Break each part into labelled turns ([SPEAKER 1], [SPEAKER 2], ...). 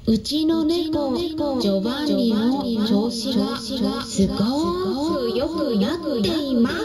[SPEAKER 1] うちの猫ジョバンニの調子がすごく良くなっています。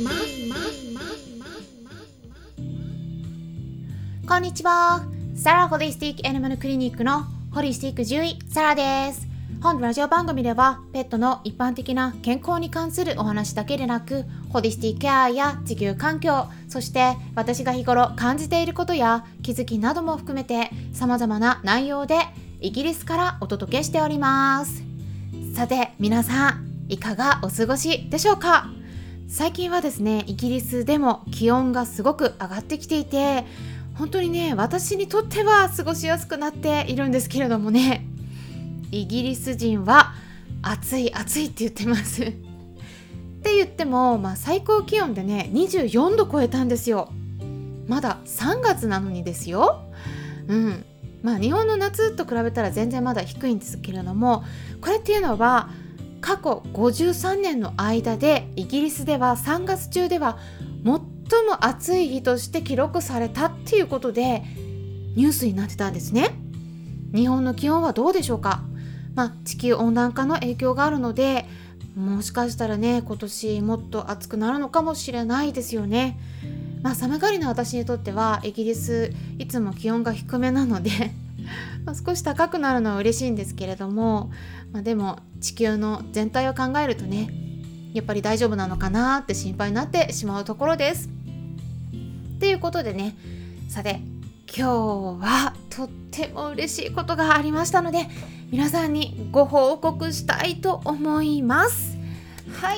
[SPEAKER 2] こんにちは。サラホリスティックアニマルクリニックのホリスティック獣医サラです。本ラジオ番組ではペットの一般的な健康に関するお話だけでなく、ホリスティックケアや地球環境、そして私が日頃感じていることや気づきなども含めて様々な内容でイギリスからお届けしております。さて皆さん、いかがお過ごしでしょうか？最近はですね、イギリスでも気温がすごく上がってきていて、本当にね、私にとっては過ごしやすくなっているんですけれどもね、イギリス人は暑いって言ってますって言っても、最高気温でね24度超えたんですよ。まだ3月なのにですよ。日本の夏と比べたら全然まだ低いんですけれども、これっていうのは過去53年の間でイギリスでは3月中では最も暑い日として記録されたっていうことでニュースになってたんですね。日本の気温はどうでしょうか？地球温暖化の影響があるので、もしかしたらね、今年もっと暑くなるのかもしれないですよね。寒がりな私にとってはイギリスいつも気温が低めなので少し高くなるのは嬉しいんですけれども、でも地球の全体を考えるとね、やっぱり大丈夫なのかなって心配になってしまうところです。ということでね、さて今日はとっても嬉しいことがありましたので、皆さんにご報告したいと思います。はい、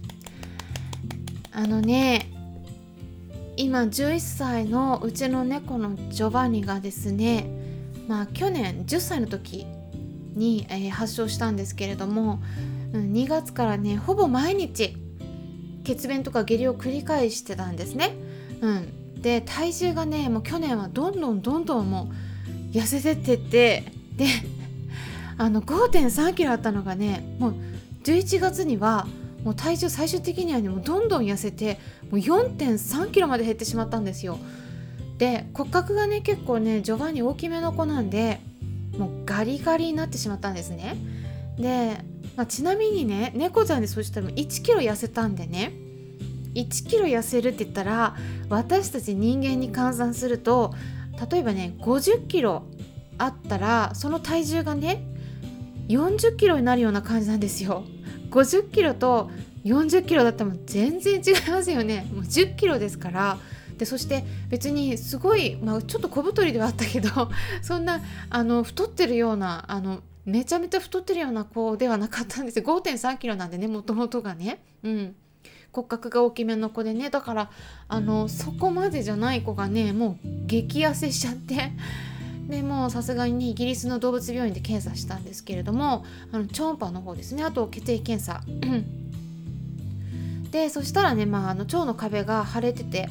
[SPEAKER 2] 今11歳のうちの猫のジョバンニがですね、去年10歳の時に、発症したんですけれども、2月からねほぼ毎日血便とか下痢を繰り返してたんですね。で体重がね、もう去年はどんどんもう痩せてってって、で5.3 キロあったのがね、もう11月にはもう体重最終的にはね、もうどんどん痩せてもう 4.3 キロまで減ってしまったんですよ。で骨格がね結構ねジョバンニ大きめの子なんで、もうガリガリになってしまったんですね。で、ちなみにね、猫ちゃんでそうしたら1キロ痩せたんでね、1キロ痩せるって言ったら私たち人間に換算すると、例えばね50キロあったらその体重がね40キロになるような感じなんですよ。50キロと40キロだったらもう全然違いますよね。もう10キロですから。でそして別にすごい、ちょっと小太りではあったけどそんな太ってるようなめちゃめちゃ太ってるような子ではなかったんですよ。 5.3 キロなんでね、もともとがね、骨格が大きめの子でね、だからそこまでじゃない子がねもう激痩せしちゃって、でもうさすがにねイギリスの動物病院で検査したんですけれども、超音波の方ですね、あと血液検査でそしたらね、腸の壁が腫れてて、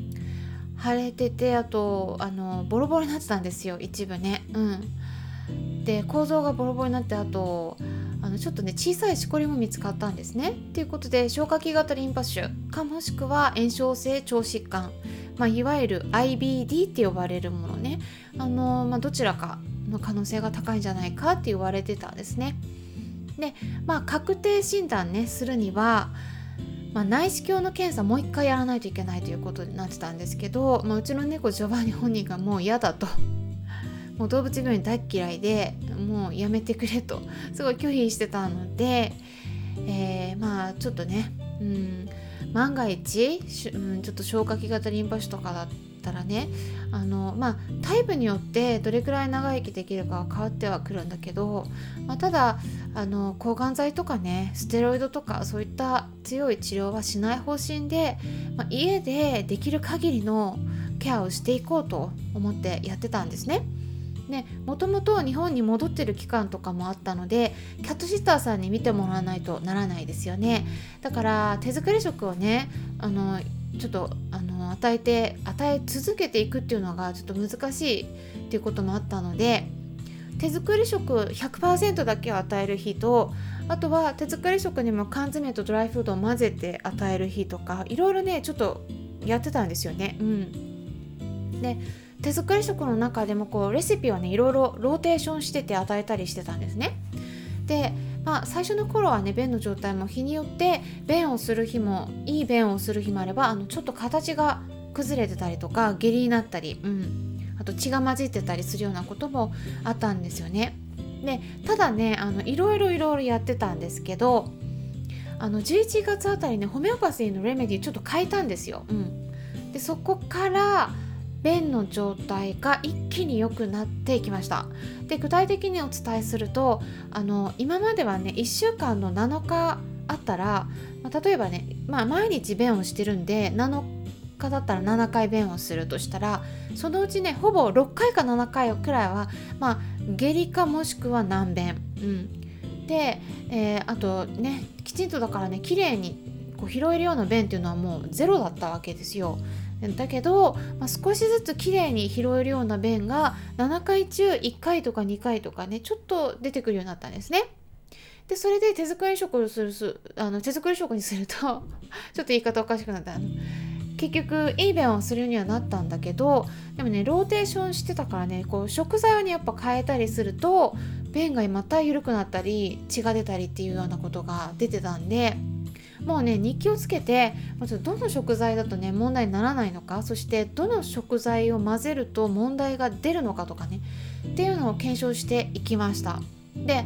[SPEAKER 2] あとボロボロになってたんですよ、一部ね。で構造がボロボロになって、あとちょっとね小さいしこりも見つかったんですね。っていうことで消化器型リンパ腫か、もしくは炎症性腸疾患、いわゆる IBD って呼ばれるものね、どちらかの可能性が高いんじゃないかって言われてたんですね。で確定診断ねするには、内視鏡の検査もう一回やらないといけないということになってたんですけど、うちの猫ジョバンニ本人がもう嫌だともう動物病院大嫌いでもうやめてくれとすごい拒否してたので、ちょっとね、万が一、ちょっと消化器型リンパ腫とかだったらね、タイプによってどれくらい長生きできるかは変わってはくるんだけど、ただ抗がん剤とかねステロイドとかそういった強い治療はしない方針で、家でできる限りのケアをしていこうと思ってやってたんですね。もともと日本に戻ってる期間とかもあったので、キャットシッターさんに見てもらわないとならないですよね。だから手作り食をねちょっと与え続けていくっていうのがちょっと難しいっていうこともあったので、手作り食 100% だけを与える日と、あとは手作り食にも缶詰とドライフードを混ぜて与える日とか、いろいろねちょっとやってたんですよね。で手作り食の中でもこうレシピをねいろいろローテーションしてて与えたりしてたんですね。で、最初の頃はね便の状態も日によって便をする日もいい便をする日もあればちょっと形が崩れてたりとか下痢になったり、あと血が混じってたりするようなこともあったんですよね。でただねいろいろやってたんですけど11月あたりねホメオパシーのレメディちょっと変えたんですよ。でそこから便の状態が一気に良くなっていきました。で具体的にお伝えすると今まではね1週間の7日あったら、例えばね、毎日便をしてるんで7日だったら7回便をするとしたら、そのうちねほぼ6回か7回くらいは下痢かもしくは軟便、で、あとねきちんとだからね綺麗にこう拾えるような便っていうのはもうゼロだったわけですよ。だけど、少しずつきれいに拾えるような便が7回中1回とか2回とかねちょっと出てくるようになったんですね。でそれで手作り食にするとちょっと言い方おかしくなった結局いい便をするようにはなったんだけど、でもねローテーションしてたからねこう食材をねやっぱ変えたりすると便がまた緩くなったり血が出たりっていうようなことが出てたんで、もうね日記をつけてどの食材だとね問題にならないのか、そしてどの食材を混ぜると問題が出るのかとかねっていうのを検証していきました。で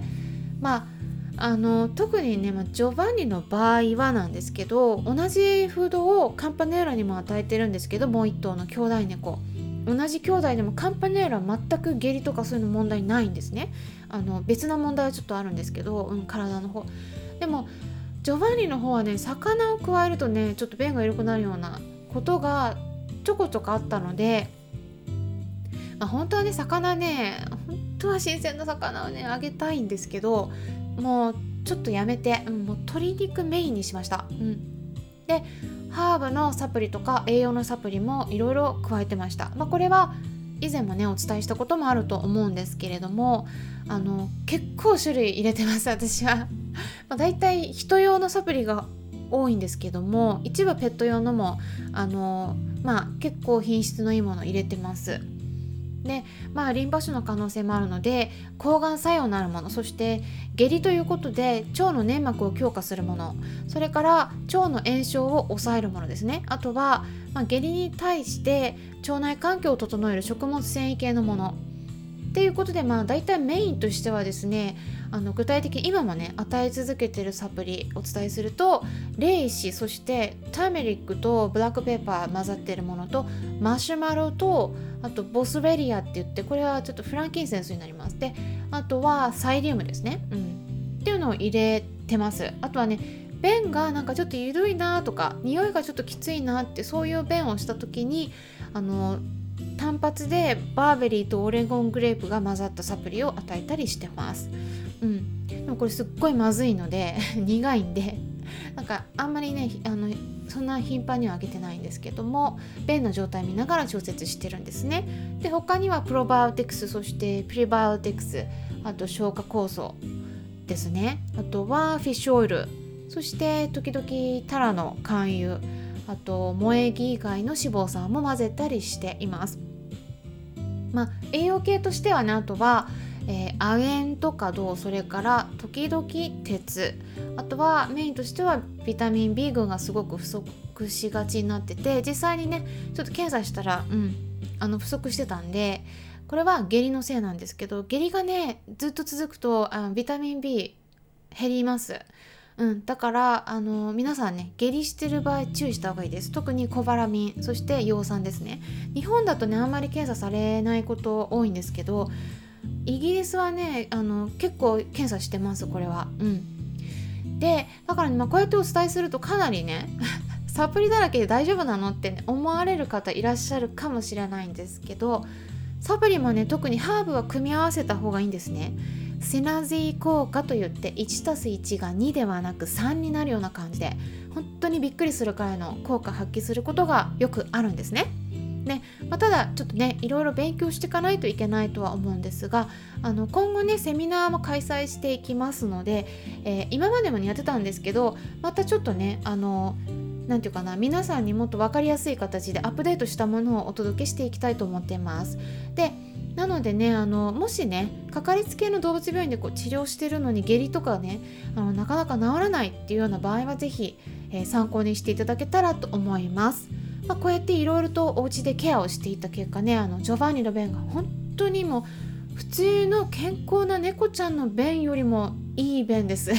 [SPEAKER 2] 特にね、ジョバンニの場合はなんですけど、同じフードをカンパネーラにも与えてるんですけど、もう一頭の兄弟猫同じ兄弟でもカンパネーラは全く下痢とかそういうの問題ないんですね。別な問題はちょっとあるんですけど、体の方でもジョバンニの方はね魚を加えるとねちょっと便が緩くなるようなことがちょこちょこあったので、本当はね魚ね本当は新鮮な魚をねあげたいんですけど、もうちょっとやめて、もう鶏肉メインにしました。でハーブのサプリとか栄養のサプリもいろいろ加えてました。これは以前もねお伝えしたこともあると思うんですけれども、結構種類入れてます私は。だいたい人用のサプリが多いんですけども、一部ペット用のも結構品質のいいもの入れてます。でリンパ腫の可能性もあるので抗がん作用のあるもの、そして下痢ということで腸の粘膜を強化するもの、それから腸の炎症を抑えるものですね。あとは、下痢に対して腸内環境を整える食物繊維系のものっていうことで、だいたいメインとしてはですね、具体的に今もね与え続けているサプリお伝えすると、レイシ、そしてターメリックとブラックペーパー混ざっているものと、マシュマロと、あとボスベリアって言って、これはちょっとフランキンセンスになります。であとはサイリウムですね、っていうのを入れてます。あとはね便がなんかちょっと緩いなとか匂いがちょっときついなって、そういう便をした時に単発でバーベリーとオレゴングレープが混ざったサプリを与えたりしてます。でもこれすっごいまずいので苦いんでなんかあんまりねそんな頻繁にはあげてないんですけども、便の状態見ながら調節してるんですね。で他にはプロバイオティクス、そしてプリバイオティクス、あと消化酵素ですね。あとはフィッシュオイル、そして時々タラの肝油、あと萌え木以外の脂肪酸も混ぜたりしています。栄養系としてはね、あとは亜鉛とか銅、それから時々鉄、あとはメインとしてはビタミン B 群がすごく不足しがちになってて、実際にねちょっと検査したら、不足してたんで、これは下痢のせいなんですけど、下痢がねずっと続くとビタミン B 減ります。だから皆さんね下痢してる場合注意した方がいいです。特にコバラミン、そして葉酸ですね。日本だとねあんまり検査されないこと多いんですけど、イギリスはね結構検査してます、これは。でだからね、こうやってお伝えするとかなりねサプリだらけで大丈夫なのって、ね、思われる方いらっしゃるかもしれないんですけど、サプリもね特にハーブは組み合わせた方がいいんですね。シナジー効果といって 1+1 が2ではなく3になるような感じで、本当にびっくりするくらいの効果発揮することがよくあるんですね。ただちょっとねいろいろ勉強していかないといけないとは思うんですが、今後ねセミナーも開催していきますので、今までもやってたんですけど、またちょっとねなんていうかな、皆さんにもっと分かりやすい形でアップデートしたものをお届けしていきたいと思っています。でなのでね、もしねかかりつけの動物病院で治療してるのに下痢とかねなかなか治らないっていうような場合はぜひ、参考にしていただけたらと思います。こうやっていろいろとお家でケアをしていった結果ね、ジョバンニの便が本当にもう普通の健康な猫ちゃんの便よりもいい便です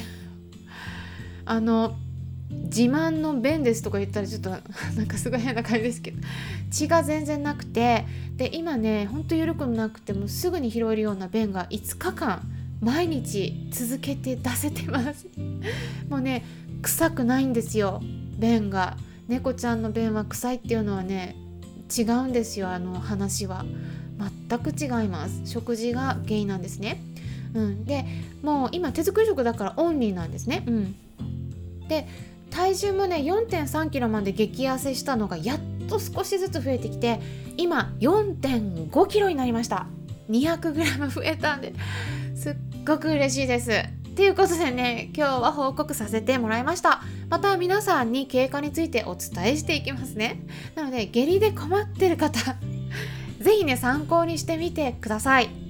[SPEAKER 2] 自慢の便ですとか言ったらちょっとなんかすごい変な感じですけど、血が全然なくて、で今ねほんと緩くもなくてもすぐに拾えるような便が5日間毎日続けて出せてますもうね臭くないんですよ、便が。猫ちゃんの便は臭いっていうのはね違うんですよ。話は全く違います。食事が原因なんですね。でもう今手作り食だからオンリーなんですね。で体重もね 4.3 キロまで激痩せしたのがやっと少しずつ増えてきて、今 4.5 キロになりました。200グラム増えたんですっごく嬉しいです。ということでね、今日は報告させてもらいました。また皆さんに経過についてお伝えしていきますね。なので下痢で困ってる方ぜひね参考にしてみてください。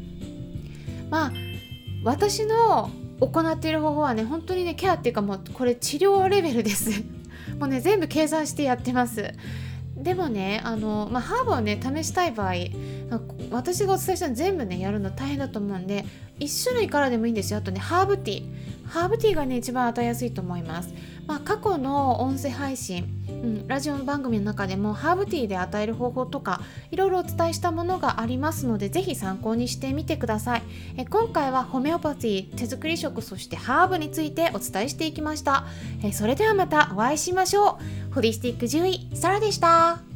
[SPEAKER 2] 私の行っている方法はね本当にねケアっていうかもうこれ治療レベルですもうね全部計算してやってます。でもねハーブをね試したい場合、私がお伝えしたの全部ねやるの大変だと思うんで1種類からでもいいんですよ。あとねハーブティーがね一番与えやすいと思います。過去の音声配信、ラジオ番組の中でもハーブティーで与える方法とかいろいろお伝えしたものがありますのでぜひ参考にしてみてください。今回はホメオパティ、手作り食、そしてハーブについてお伝えしていきました。それではまたお会いしましょう。ホリスティック獣医サラでした。